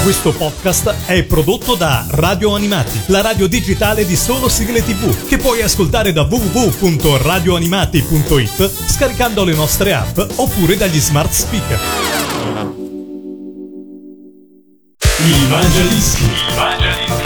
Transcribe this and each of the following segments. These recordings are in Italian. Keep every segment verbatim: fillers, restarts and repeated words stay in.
Questo podcast è prodotto da Radio Animati, la radio digitale di solo sigle tivù, che puoi ascoltare da w w w punto radio animati punto i t scaricando le nostre app oppure dagli smart speaker. Il Mangiadischi. Il Mangiadischi.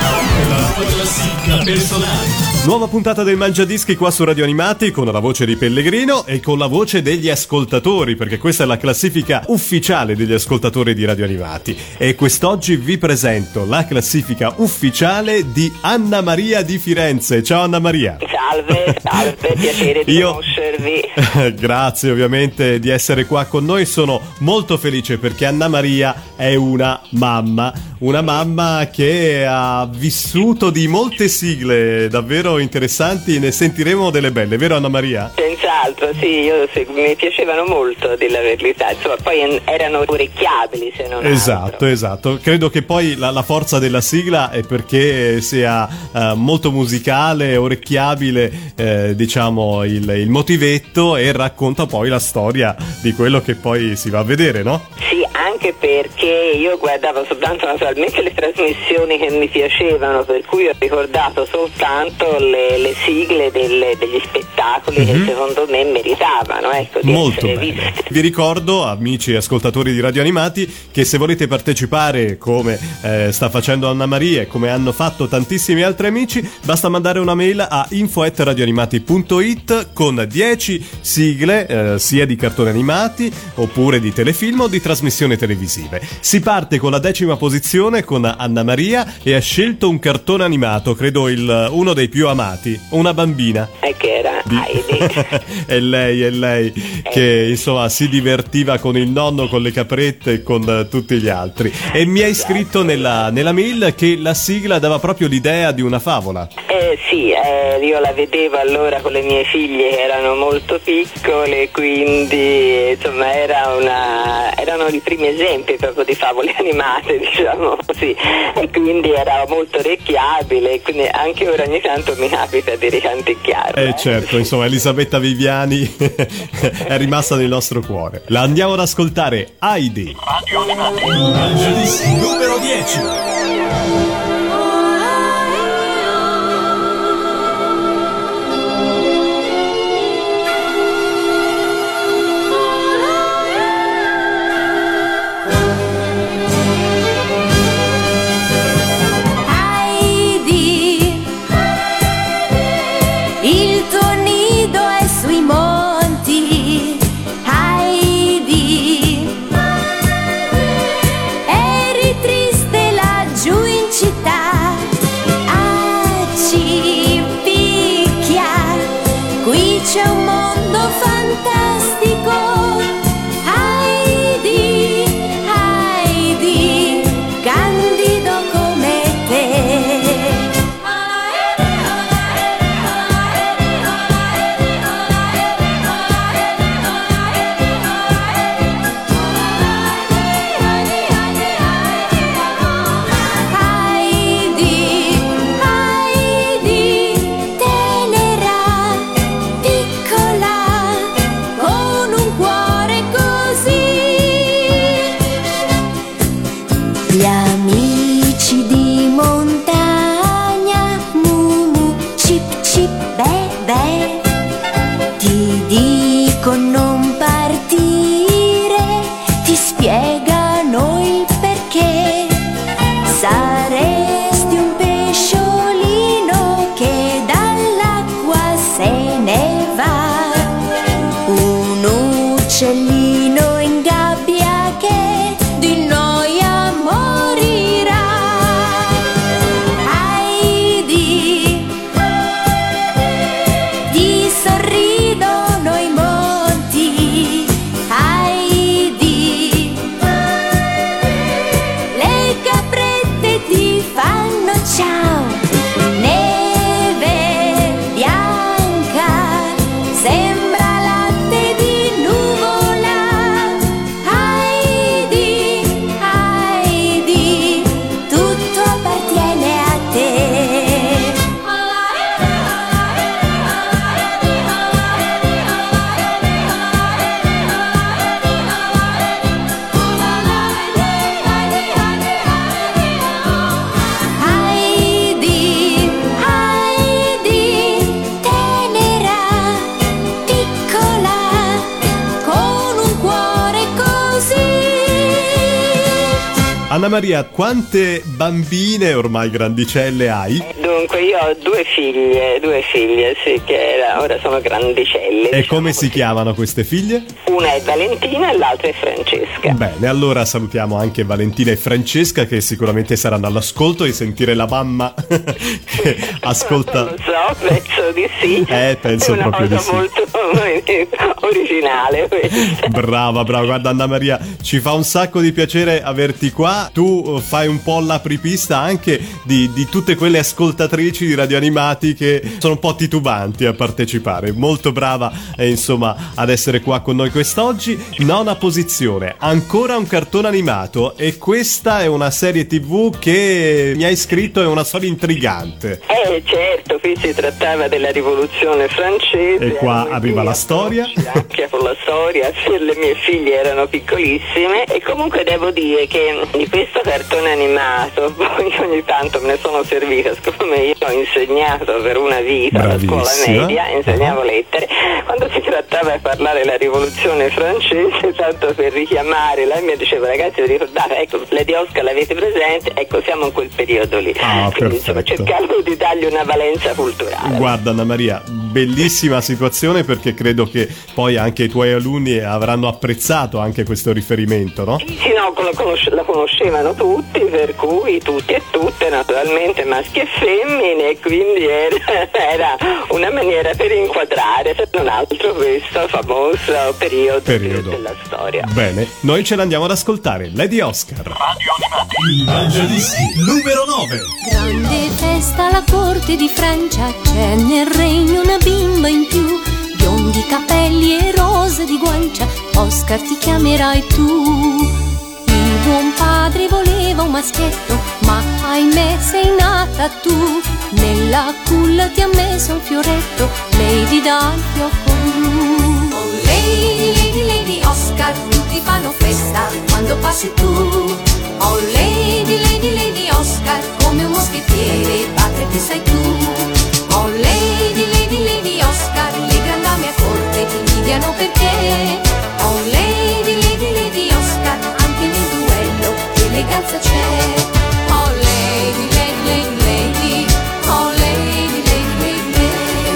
La tua classifica personale. Nuova puntata del Mangiadischi qua su Radio Animati con la voce di Pellegrino e con la voce degli ascoltatori, perché questa è la classifica ufficiale degli ascoltatori di Radio Animati. E quest'oggi vi presento la classifica ufficiale di Anna Maria di Firenze. Ciao Anna Maria. Salve, salve, piacere di Io... conoscervi. Grazie ovviamente di essere qua con noi, sono molto felice perché Anna Maria è una mamma, una mamma che ha vissuto di molte sigle davvero interessanti, ne sentiremo delle belle, vero Anna Maria? Senz'altro, sì, io se, mi piacevano molto, a dir la verità, insomma poi erano orecchiabili se non Esatto, altro. esatto, credo che poi la, la forza della sigla è perché sia uh, molto musicale, orecchiabile, eh, diciamo il, il motivetto, e racconta poi la storia di quello che poi si va a vedere, no? Sì, anche perché io guardavo soltanto naturalmente le trasmissioni che mi piacevano, per cui ho ricordato soltanto le, le sigle delle, degli spettacoli mm-hmm. che secondo me meritavano, ecco, di molto essere bene. visti. Vi ricordo, amici e ascoltatori di Radio Animati, che se volete partecipare come eh, sta facendo Anna Maria e come hanno fatto tantissimi altri amici, basta mandare una mail a info at radioanimati punto i t con dieci sigle eh, sia di cartoni animati oppure di telefilm o di trasmissioni televisive. Si parte con la decima posizione con Anna Maria e ha scelto un cartone animato, credo il, uno dei più amati, Una bambina. E che era Di... Heidi. è lei, è lei che insomma si divertiva con il nonno, con le caprette e con uh, tutti gli altri. E mi hai scritto nella, nella mail che la sigla dava proprio l'idea di una favola. Eh sì, eh, io la vedevo allora con le mie figlie che erano molto piccole, quindi insomma era una, erano i primi esempi proprio di favole animate, diciamo così, e quindi era molto orecchiabile, quindi anche ora ogni tanto mi capita di ricanticchiarla. Eh, eh certo, insomma Elisabetta Viviani è rimasta nel nostro cuore. La andiamo ad ascoltare, Heidi. Radio Animati. Mangiadischi numero dieci. C'è un mondo fantastico, Heidi, Heidi, candido come te. Heidi, Heidi, tenera, con un cuore così. Gli amici di montagna, mu mu, cip cip, beh beh, ti dicono non partire, ti spiegano il perché. Saresti un pesciolino che dall'acqua se ne va, un uccellino in gabbia che di noi amori Anna Maria, quante bambine ormai grandicelle hai? Dunque io ho due figlie, due figlie, sì, che era, ora sono grandicelle. E diciamo come si così. chiamano queste figlie? Una è Valentina e l'altra è Francesca. Bene, allora salutiamo anche Valentina e Francesca che sicuramente saranno all'ascolto e sentire la mamma che ascolta. Non lo so, penso di sì. Eh, penso è una proprio di cosa sì. molto originale questa. Brava, brava, guarda Anna Maria, ci fa un sacco di piacere averti qua. Tu fai un po' l'apripista anche di, di tutte quelle ascoltatrici di Radio Animati che sono un po' titubanti a partecipare. Molto brava eh, insomma ad essere qua con noi quest'oggi. Nona posizione, ancora un cartone animato, e questa è una serie tv che mi hai scritto è una storia intrigante. Eh certo, qui si trattava della rivoluzione francese. E qua erano arriva i la storia. Anche con la storia, le mie figlie erano piccolissime e comunque devo dire che di questo cartone animato poi ogni tanto me ne sono servita, siccome io ho insegnato per una vita alla scuola media, insegnavo uh-huh. lettere, quando si trattava di parlare della rivoluzione francese, tanto per richiamare la mia, dicevo ragazzi vi ricordate, ecco Lady Oscar l'avete presente, ecco siamo in quel periodo lì, ah, quindi insomma cercando di dargli una valenza culturale. Guarda Anna Maria, bellissima situazione, perché credo che poi anche i tuoi alunni avranno apprezzato anche questo riferimento, no? Sì, no, la, conosce- la conoscevano tutti, per cui tutti e tutte naturalmente maschi e femmine, e quindi era, era una maniera per inquadrare se non altro questo famoso periodo, periodo della storia. Bene, noi ce l'andiamo ad ascoltare. Lady Oscar, Radio Animati, il Mangiadischi numero nove. Grande festa alla corte di Francia, c'è nel regno una bimba in più, biondi capelli e rose di guancia, Oscar ti chiamerai tu. Il buon padre voleva un maschietto, ma ahimè sei nata tu, nella culla ti ha messo un fioretto, Lady dal fiocco blu. Oh Lady, Lady, Lady Oscar, tutti fanno festa quando passi tu. Oh Lady, Lady, Lady Oscar, come un moschettiere batterti sei tu. Oh Lady, Lady, Lady Oscar, le grandame a corte ti invidiano perché. Oh Lady, Lady, Lady Oscar, anche nel duello eleganza c'è. Oh Lady, Lady, Lady, Lady, oh Lady, Lady, Lady,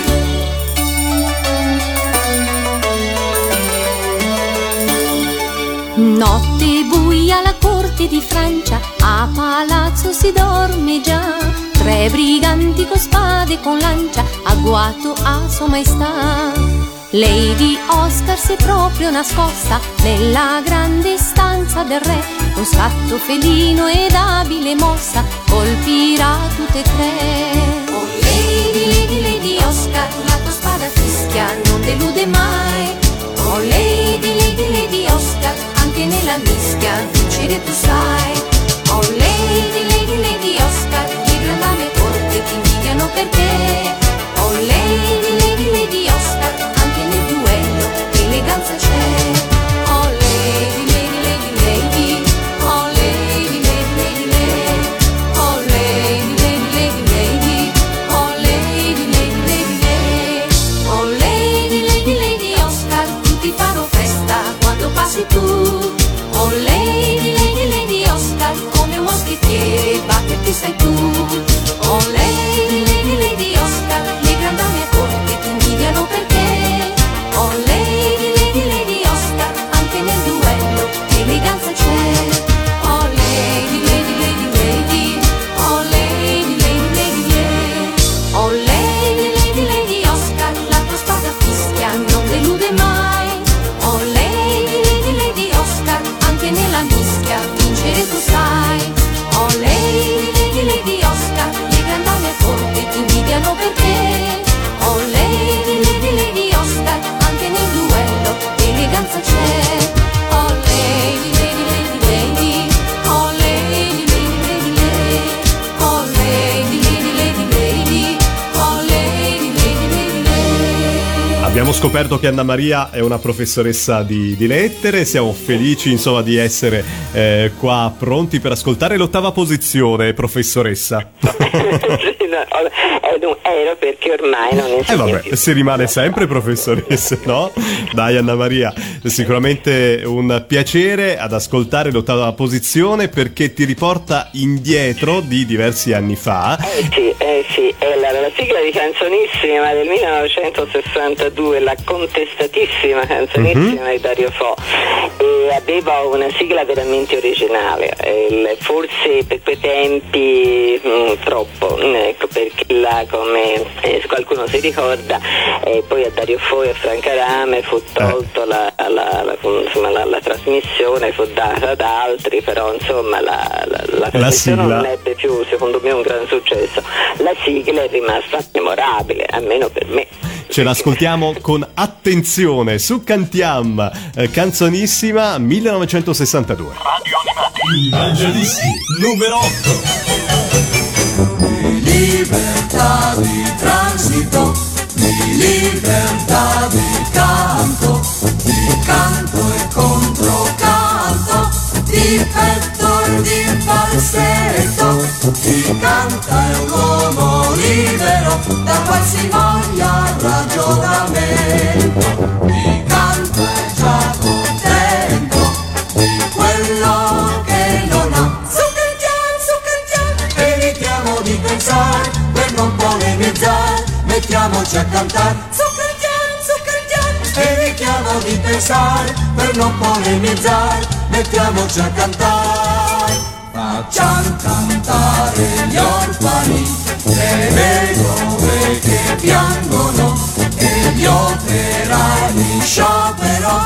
Lady. Notte buia alla corte di Francia, a palazzo si dorme già, tre briganti con spade e con lancia, agguato a sua maestà. Lady Oscar si è proprio nascosta nella grande stanza del re, con scatto felino ed abile mossa colpirà tutte e tre. Oh Lady, Lady, Lady Oscar, la tua spada fischia non delude mai. Oh Lady, Lady, Lady Oscar, anche nella mischia vincere tu sai. Oh Lady, Lady, Lady Oscar, le grandame a corte ti invidiano perché. Oh Lady, Lady, Lady Oscar, anche nel duello eleganza c'è. Oh Lady, Lady, Lady, Lady, oh Lady, Lady, Lady, Lady, oh Lady, Lady, Lady, Lady, oh Lady, Lady, Lady, Lady, oh Lady, Lady, Lady Oscar, tutti fanno festa quando passi tu. Oh Lady, Lady, Lady Oscar, come un moschettiere batterti sei tu. Oh Lady, Lady, Lady Oscar, le grandame a corte ti invidiano perché. Oh Lady, Lady, Lady Oscar, anche nel duello eleganza c'è. Oh Lady, Lady, Lady, Lady, oh Lady, Lady, Lady, Lady, oh Lady, Lady, Lady Oscar, la tua spada fischia non delude mai. Oh Lady, Lady, Lady Oscar, anche nella mischia vincere tu sai. Oh Lady, Lady, Lady Oscar, Abbiamo scoperto che Anna Maria è una professoressa di, di lettere, siamo felici insomma di essere eh, qua pronti per ascoltare l'ottava posizione, professoressa. Sì, no, ero perché ormai non Eh insegno vabbè, più. si rimane sempre professoresse, no? Dai Anna Maria, sicuramente un piacere ad ascoltare l'ottava posizione perché ti riporta indietro di diversi anni fa. Eh sì, eh sì, è la, la sigla di Canzonissima del millenovecentosessantadue, la contestatissima Canzonissima mm-hmm. di Dario Fo, e aveva una sigla veramente originale, eh, forse per quei tempi mh, troppo, ecco, perché là, come eh, qualcuno si ricorda, eh, poi a Dario Fo e a Franca Rame fu tolto eh. la, la, la, insomma, la, la trasmissione, fu data ad altri, però insomma la, la, la trasmissione non ebbe più, secondo me, un gran successo. La sigla è rimasta memorabile, almeno per me. Ce l'ascoltiamo con attenzione su Cantiam, eh, Canzonissima millenovecentosessantadue. Radio Animati, il Mangiadischi numero otto. Di libertà di transito, di libertà di canto, di canto e controcanto, di petto e di falsetto, chi canta è un uomo libero da qualsivoglia ragionamento, chi canta è già contento di quello che non ha. Su cantiamo, su cantiamo, evitiamo di pensare per non polemizzare, mettiamoci a cantare. Su cantiamo, su cantiamo, evitiamo di pensare per non polemizzare, mettiamoci a cantare. Facciamo cantare gli orfani, le vedove che piangono e gli operai in sciopero,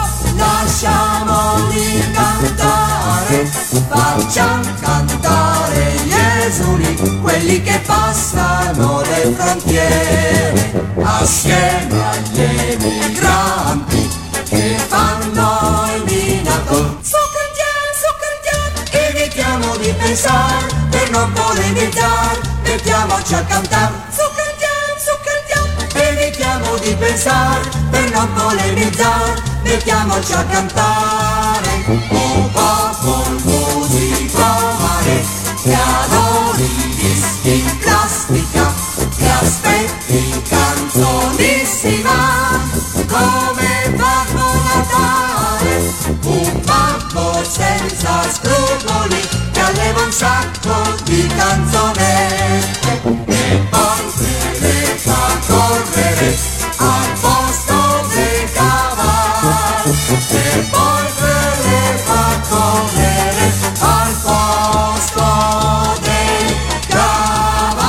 lasciamoli cantare. Facciamo cantare gli esuli, quelli che passano le frontiere, assieme agli emigranti che fanno i minatori. Evitiamo di pensare per non polemizzare, mettiamoci a cantare. Su cantiamo, su cantiamo. Evitiamo di pensare per non polemizzare, mettiamoci a cantare. Oh popolo musico mare, che adori dischi in plastica, che aspetti Canzonissima come Babbo Natale, un babbo senza scrupoli che alleva un sacco di canzonette e poi se le fa correre al posto dei cavalli, e poi se le fa correre al posto dei cavalli.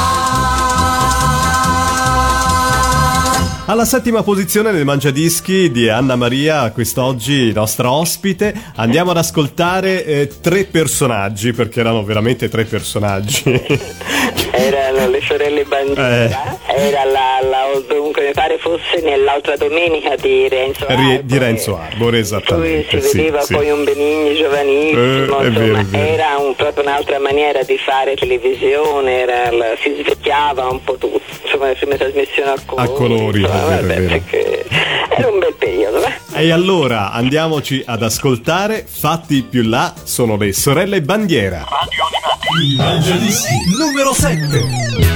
Alla settima posizione nel Mangiadischi di Anna Maria, quest'oggi nostra ospite, andiamo ad ascoltare eh, tre personaggi, perché erano veramente tre personaggi. Erano le sorelle Bandiera, eh. era la, la, dunque mi pare fosse nell'altra domenica di Renzo Arbore, di Renzo Arbore, esattamente. Cui si vedeva sì, poi sì. un Benigni giovanissimo, eh, insomma, vero, è vero. era un, proprio un'altra maniera di fare televisione, era, la, si svecchiava un po' tutto, insomma le prime trasmissioni a colori, a colori insomma, è vero, vabbè, è vero. perché era un bel periodo. Eh? E allora andiamoci ad ascoltare Fatti più là, sono le sorelle Bandiera. Radio Animati, il Mangiadischi numero sette.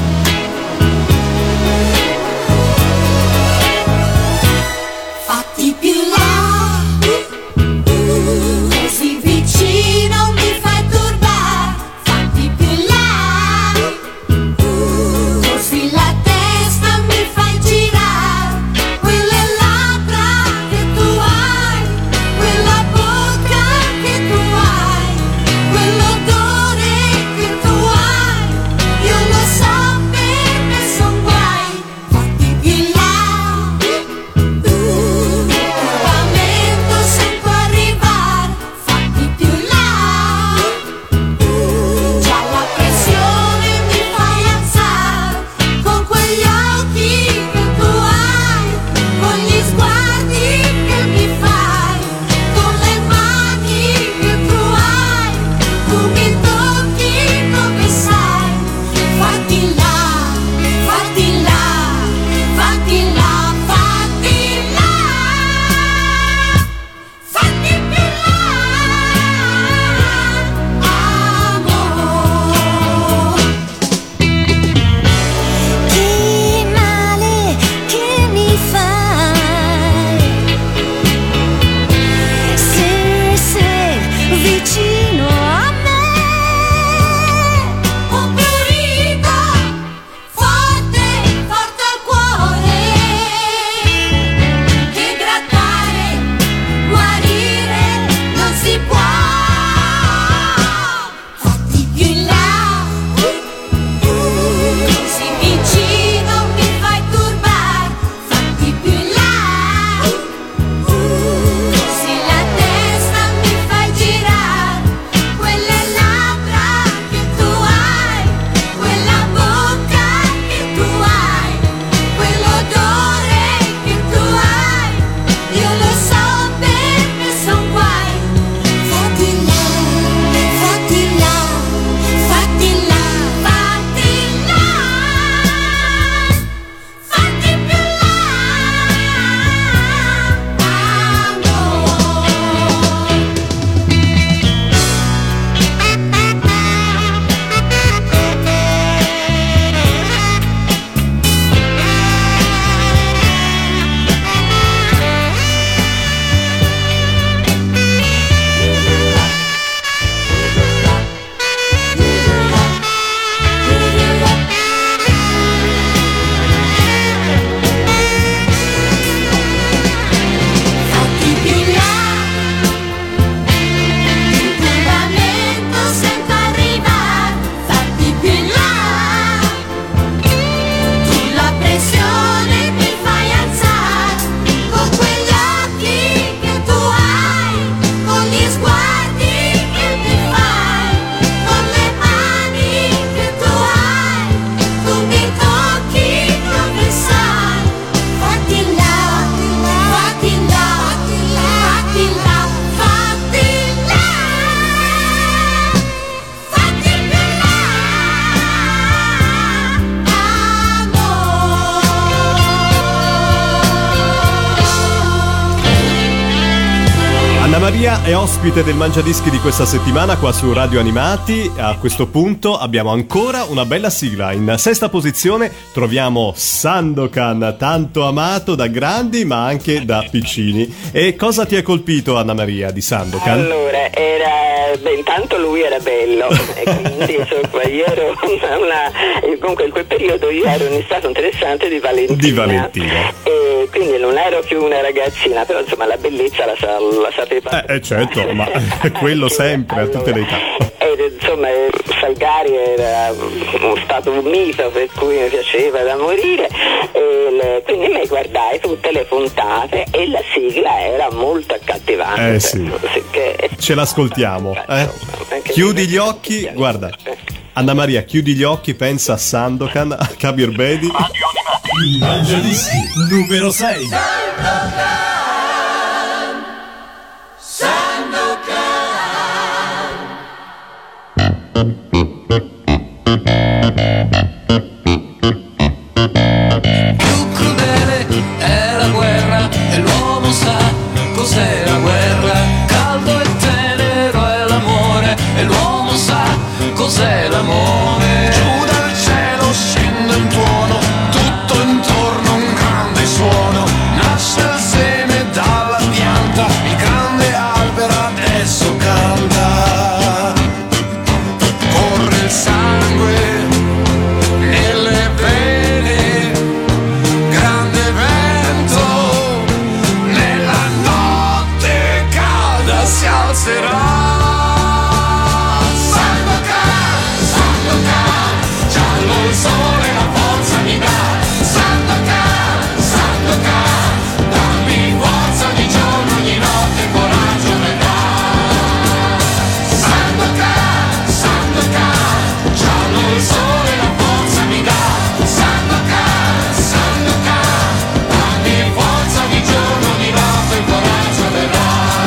Fatti più là, così vicino mi fai turbare. Fatti più là, così la testa mi fai girare. Quelle labbra che tu hai, quella bocca che tu hai, quell'odore che tu hai, io lo so. Maria è ospite del Mangiadischi di questa settimana qua su Radio Animati. A questo punto abbiamo ancora una bella sigla. In sesta posizione troviamo Sandokan, tanto amato da grandi ma anche da piccini. E cosa ti ha colpito, Anna Maria, di Sandokan? Allora, era... Beh, intanto lui era bello e quindi insomma, io ero una, una... Comunque in quel periodo io ero in stato interessante di Valentina. Di Valentina. E quindi non ero più una ragazzina, però insomma la bellezza la, sa, la sapeva. Eh, eh certo, ma quello sempre, allora, a tutte le età. Ed, insomma, Salgari era stato un mito per cui mi piaceva da morire, e le, quindi mi guardai tutte le puntate e la sigla era molto accattivante. Eh sì, che... ce l'ascoltiamo. Eh? Chiudi gli occhi, guarda. Anna Maria, chiudi gli occhi, pensa a Sandokan, a Kabir Bedi. Radio Animati, il Mangiadischi numero sei. Più crudele è la guerra e l'uomo sa cos'è la guerra. Caldo e tenero è l'amore e l'uomo sa cos'è l'amore. Giù dal cielo scende un tuono, tutto intorno un grande suono. Nasce il seme dalla pianta, il grande albero adesso canta. Corre il sangue nelle vene, grande vento, nella notte calda si alzerà. Sandokan, Sandokan, giallo il sole la forza mi dà. Sandokan, Sandokan, dammi forza ogni giorno, ogni notte, coraggio mi dà. Sandokan, Sandokan, giallo il sole la forza mi dà. Sandokan, Sandokan, dammi forza ogni giorno, ogni notte, coraggio mi dà.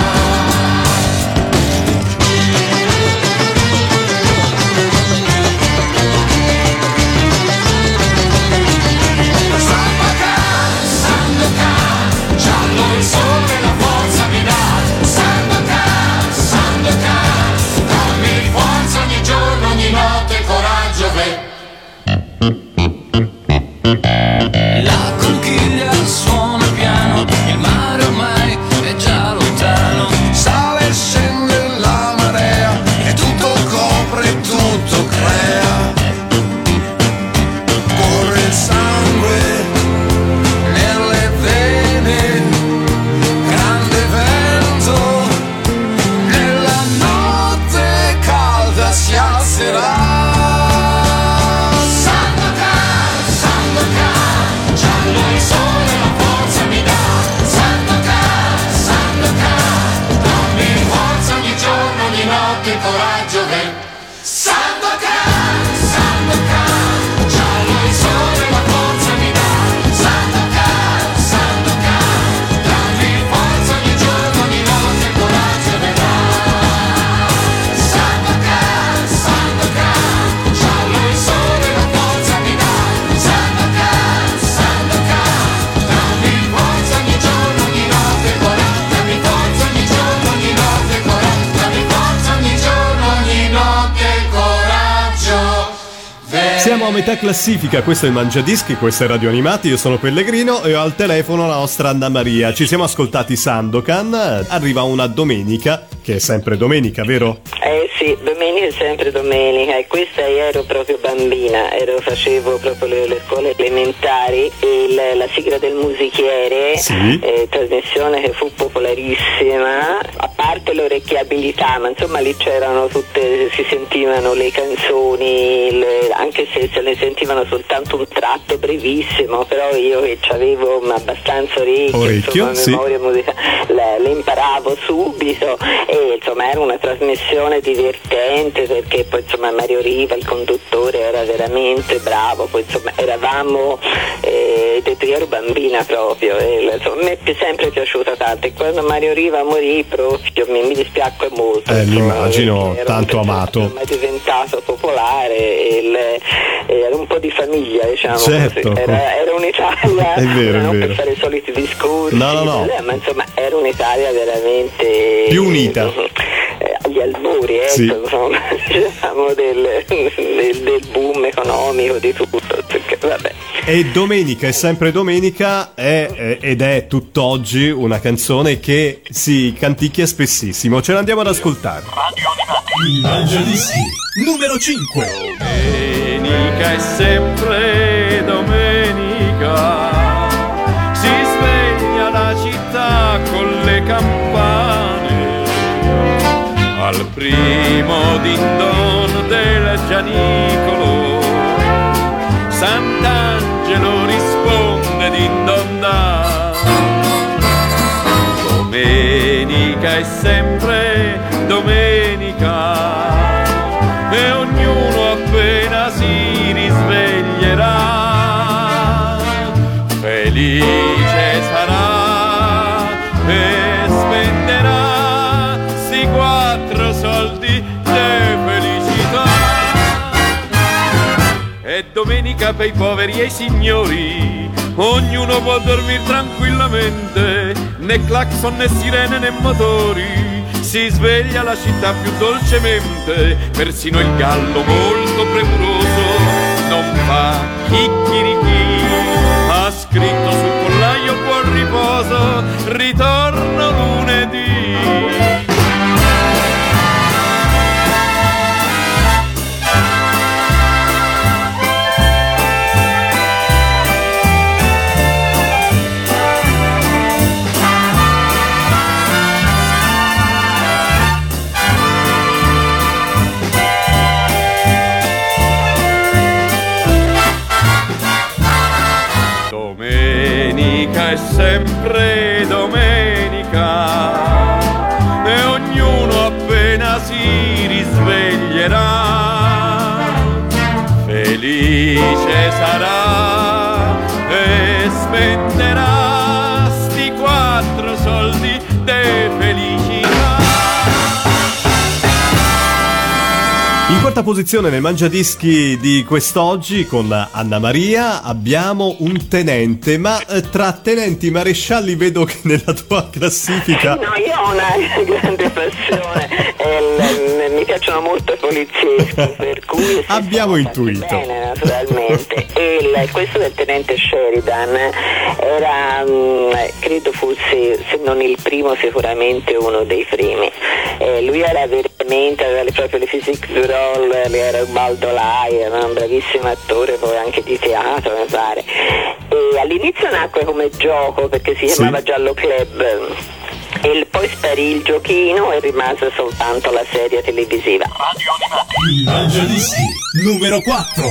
Sandokan, Sandokan, giallo il sole la forza mi dà. Sandokan, Sandokan, dammi forza ogni giorno, ogni notte, coraggio ve. La conchiglia suona piano, il mare ormai è già lontano. Sale e scende la marea e tutto copre, tutto crea. Corre il sangue nelle vene, grande vento, nella notte calda si alzerà. Sandokan, Sandokan, giallo il sole la forza mi dà. Sandokan, Sandokan, dammi forza ogni giorno, ogni notte, coraggio ve. Sandokan, Sandokan, giallo il sole la forza mi dà. Sandokan, Sandokan, dammi forza ogni giorno, ogni notte, coraggio ve dà. Sandokan, Sandokan, giallo il sole la forza mi dà. Sandokan, Sandokan, dammi forza ogni giorno, ogni notte, coraggio. Dammi forza ogni giorno, ogni notte, coraggio. Dammi forza ogni giorno, ogni notte, coraggio. Ve- Siamo a metà classifica, questo è il Mangiadischi, questo è Radio Animati, io sono Pellegrino e ho al telefono la nostra Anna Maria. Ci siamo ascoltati Sandokan, arriva una domenica, che è sempre domenica, vero? Eh sì, domenica è sempre domenica, e questa io ero proprio bambina, ero, facevo proprio le, le scuole elementari, e il, la sigla del musichiere, Sì. eh, trasmissione che fu popolarissima, a parte l'orecchiabilità, ma insomma lì c'erano tutte, si sentivano le canzoni, le, anche se se ne sentivano soltanto un tratto brevissimo, però io che avevo abbastanzo orecchio, Orecchio, insomma, sì. memoria musicale, le, le imparavo subito, e insomma era una trasmissione divertente, perché poi insomma Mario Riva, il conduttore, era veramente bravo, poi insomma eravamo eh, come detto, io ero bambina proprio, e insomma, mi è sempre piaciuta tanto, e quando Mario Riva morì proprio mi, mi dispiacque molto. Eh, insomma, l'immagino, era tanto un amato. è diventato popolare, e il, era un po' di famiglia, diciamo, certo. così. Era, era un'Italia, è vero, non è vero. per fare i soliti discorsi, no, no, no. ma insomma era un'Italia veramente più unita. Eh, agli albori, ecco, sì. insomma, diciamo del, del, del boom economico, di tutto, perché, vabbè. E Domenica è sempre domenica è, è, ed è tutt'oggi una canzone che si canticchia spessissimo. Ce l'andiamo ad ascoltare. Radio Animati, il Mangiadischi numero cinque. Domenica è sempre domenica, si sveglia la città con le campane, al primo din-don del Gianicolo Sant'Angelo risponde din-don-da. Domenica è sempre domenica e ognuno appena si risveglierà felice sarà e spenderà sti quattro soldi di felicità. È domenica per i poveri e i signori, ognuno può dormire tranquillamente, né clacson né sirene né motori, si sveglia la città più dolcemente, persino il gallo molto premuroso non fa chicchirichì, ha scritto sul pollaio buon riposo, ritorno lunedì. Domenica è sempre domenica e ognuno appena si risveglierà felice sarà e spenderà sti quattro soldi de felicità. In quarta posizione nel Mangiadischi di quest'oggi con Anna Maria abbiamo un tenente, ma eh, tra tenenti marescialli vedo che nella tua classifica... No, io ho una grande passione, eh, mi piacciono molto i polizietti, per cui... Abbiamo intuito. Bene, naturalmente. E il, questo del tenente Sheridan era, mh, credo fosse, se non il primo, sicuramente uno dei primi. Eh, lui era veramente, aveva le, proprio le physique du rôle, era un Baldolai, era un bravissimo attore, poi anche di teatro, mi pare. E all'inizio nacque come gioco, perché si chiamava sì. Giallo Club. E poi sparì il giochino e rimase soltanto la serie televisiva. Radio Animati, il Mangiadischi numero quattro.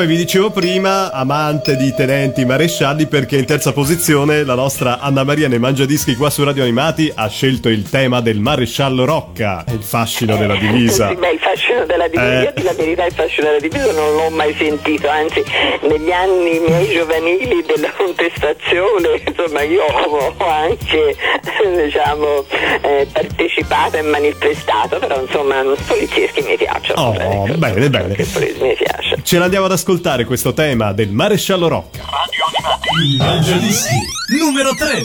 come vi dicevo prima, amante di tenenti marescialli, perché in terza posizione la nostra Anna Maria nei Mangiadischi qua su Radio Animati ha scelto il tema del maresciallo Rocca, il fascino della divisa. Sì, beh, il fascino della divisa, Eh. io di la verità il fascino della divisa non l'ho mai sentito, anzi negli anni miei giovanili della contestazione, insomma io ho anche diciamo eh, partecipato e manifestato, però insomma i polizieschi mi piacciono. Oh, ecco, bene, bene. che poli- mi piace. Ce l'andiamo ad ascoltare questo tema del maresciallo Rocca. Il Mangiadischi numero tre.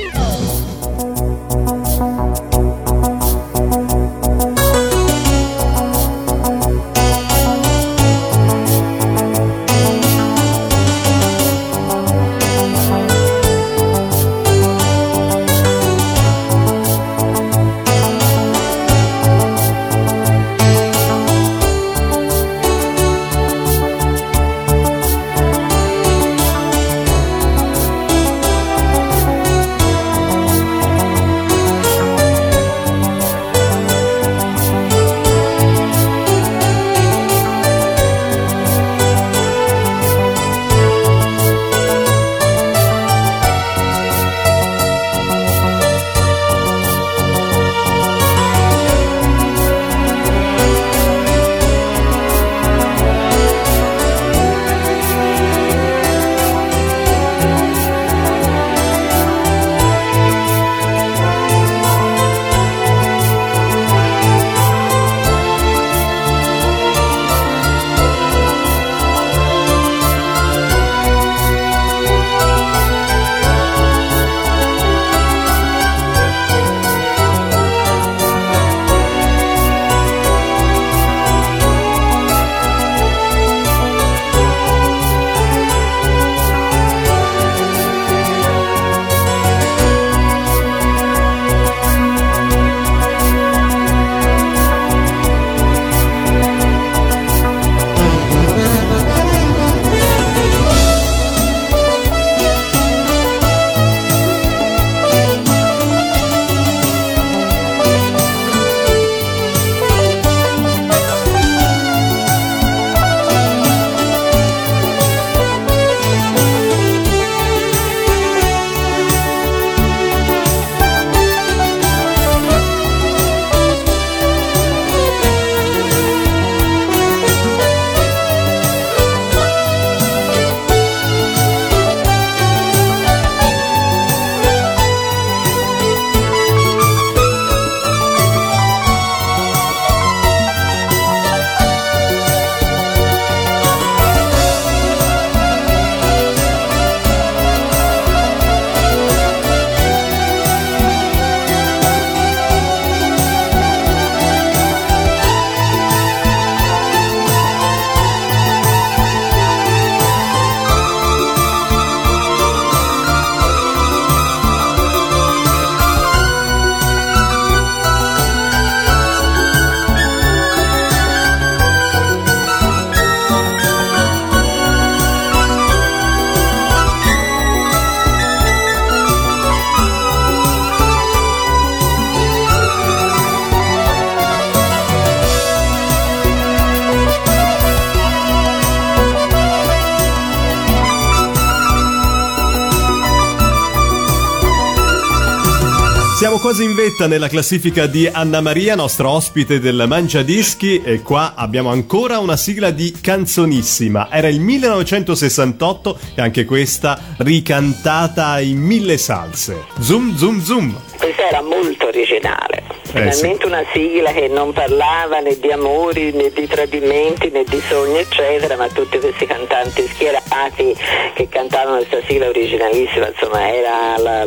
Siamo quasi in vetta nella classifica di Anna Maria, nostra ospite del Mangiadischi, e qua abbiamo ancora una sigla di canzonissima. Era il millenovecentosessantotto e anche questa ricantata in mille salse. Zoom, zoom, zoom. Questa era molto originale. Eh, Finalmente sì. una sigla che non parlava né di amori né di tradimenti né di sogni eccetera, ma tutti questi cantanti schierati che cantavano questa sigla originalissima, insomma era la,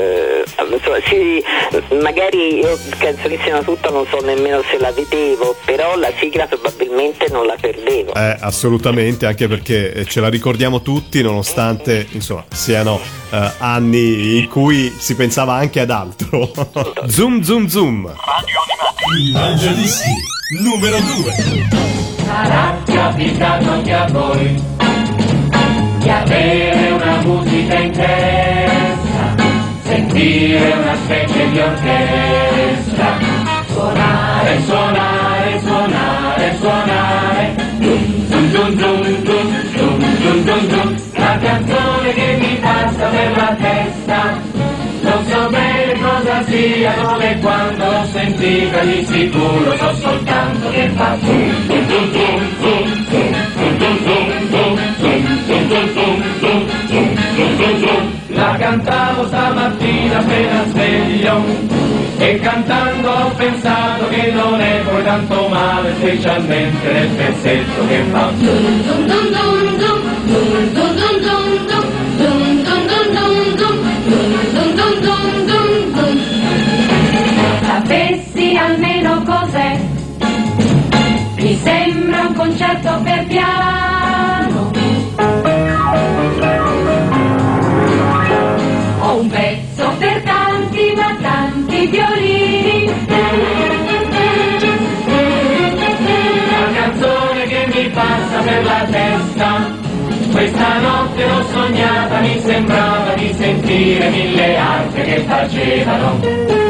la, insomma, sì, magari io canzonissima tutta non so nemmeno se la vedevo, però la sigla probabilmente non la perdevo. Eh, assolutamente, anche perché ce la ricordiamo tutti, nonostante insomma siano eh, anni in cui si pensava anche ad altro. Zoom, zoom, zoom. Il Mangiadischi numero due. Sarà capitato anche a voi di avere una musica in testa, sentire una specie di orchestra, suonare, suonare, suonare, suonare, zum zum zum zum zum. dum dum, la canzone che mi passa per la testa. Non so bene cosa sia, come e quando l'ho sentita, di sicuro so soltanto che fa dum dum dum dum dum dum dum dum dum dum dum dum dum. La cantavo stamattina appena sveglio e cantando ho pensato che non è poi tanto male, specialmente nel pezzetto che fa dum dum dum dum dum dum dum dum dum dum dum dum dum dum dum dum dum. Sapessi almeno cos'è, mi sembra un concerto per piano o un pezzo per tanti ma tanti violini. La canzone che mi passa per la testa, questa notte l'ho sognata, mi sembrava di sentire mille altre che facevano.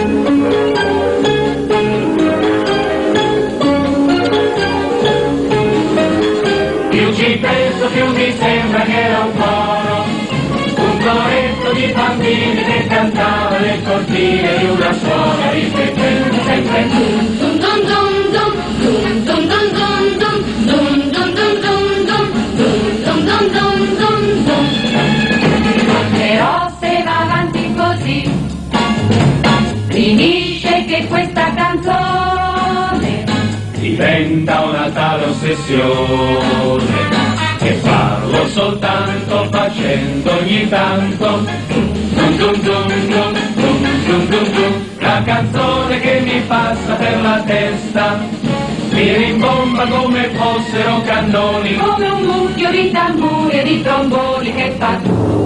Più ci penso più mi sembra che era un coro, un coretto di bambini che cantava nel cortile di una suora ripetendo sempre dum dum dum dum dum dum dum dum dum dum dum dum dum dum dum dum dum. Però se va avanti così finisce che questa canzone diventa una tale ossessione che parlo soltanto facendo ogni tanto dum dum dum dum dum dum dum dum. La canzone che mi passa per la testa mi rimbomba come fossero cannoni, come un mucchio di tamburi e di tromboni che fa.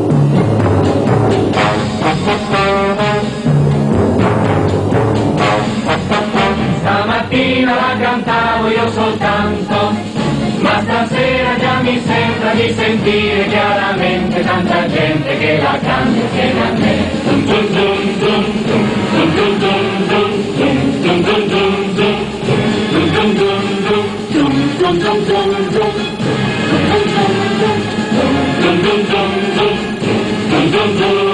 Stamattina la cantavo io soltanto, ma stasera già mi sembra di sentire chiaramente tanta gente che la canta insieme a me. Dum dum dum dum dum dum dum dum dum dum dum dum dum. Dum dum dum dum dum dum dum dum dum dum dum dum dum dum.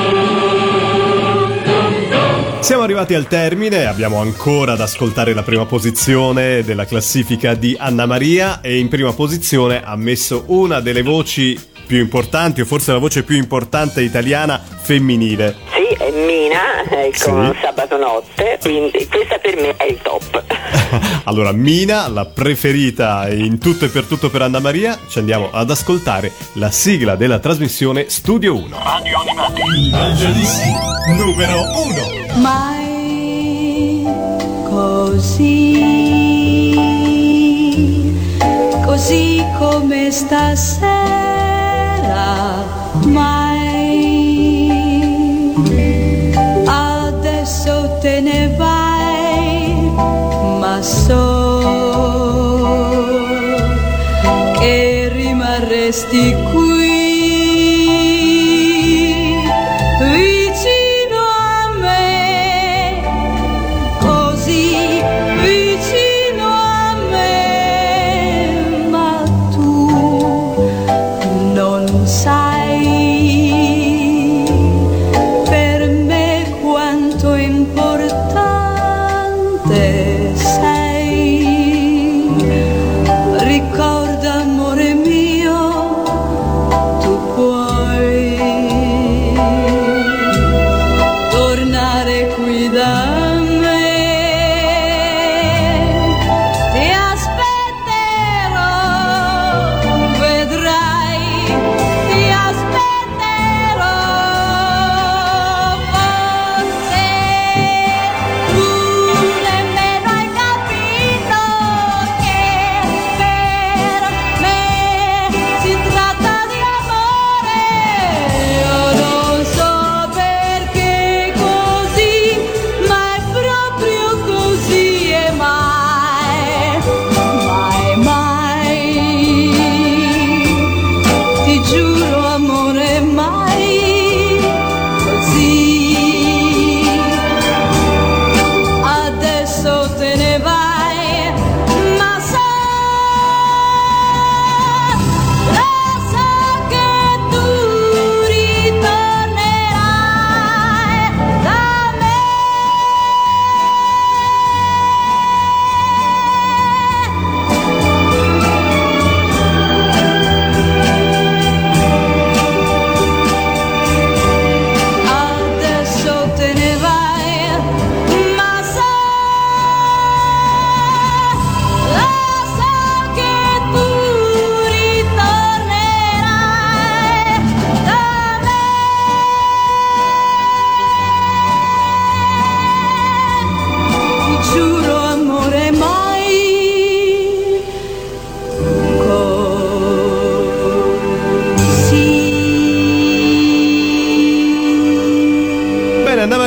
Siamo arrivati al termine, abbiamo ancora da ascoltare la prima posizione della classifica di Anna Maria e in prima posizione ha messo una delle voci più importanti, o forse la voce più importante italiana femminile. Sì, è Mina, eh, con Sì. Sabato Notte, quindi questa per me è il top. Allora, Mina, la preferita in tutto e per tutto per Anna Maria, ci andiamo ad ascoltare la sigla della trasmissione Studio uno. Radio Animati, Angelissimo, numero uno. Mai così, così come stasera, mai. Adesso te ne vai, ma so che rimarresti qui.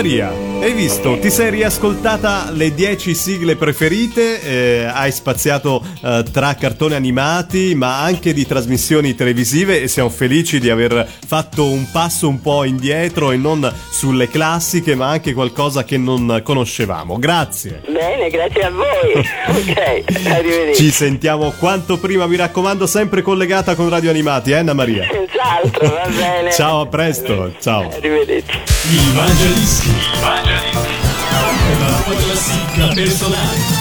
Maria, hai visto? Ti sei riascoltata le dieci sigle preferite, eh, hai spaziato eh, tra cartoni animati ma anche di trasmissioni televisive e siamo felici di aver fatto un passo un po' indietro e non sulle classiche ma anche qualcosa che non conoscevamo. Grazie. Bene, grazie a voi. Ok, arrivederci. Ci sentiamo quanto prima, mi raccomando, sempre collegata con Radio Animati, eh Anna Maria? Senz'altro, va bene. Ciao, a presto, ciao. Arrivederci. Il Mangiadischi. Il Mangiadischi. La tua classifica personale.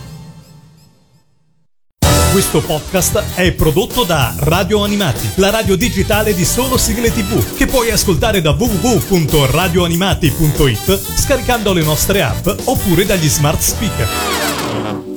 Questo podcast è prodotto da Radio Animati, la radio digitale di solo sigle tivù, che puoi ascoltare da w w w punto radio animati punto it scaricando le nostre app oppure dagli smart speaker.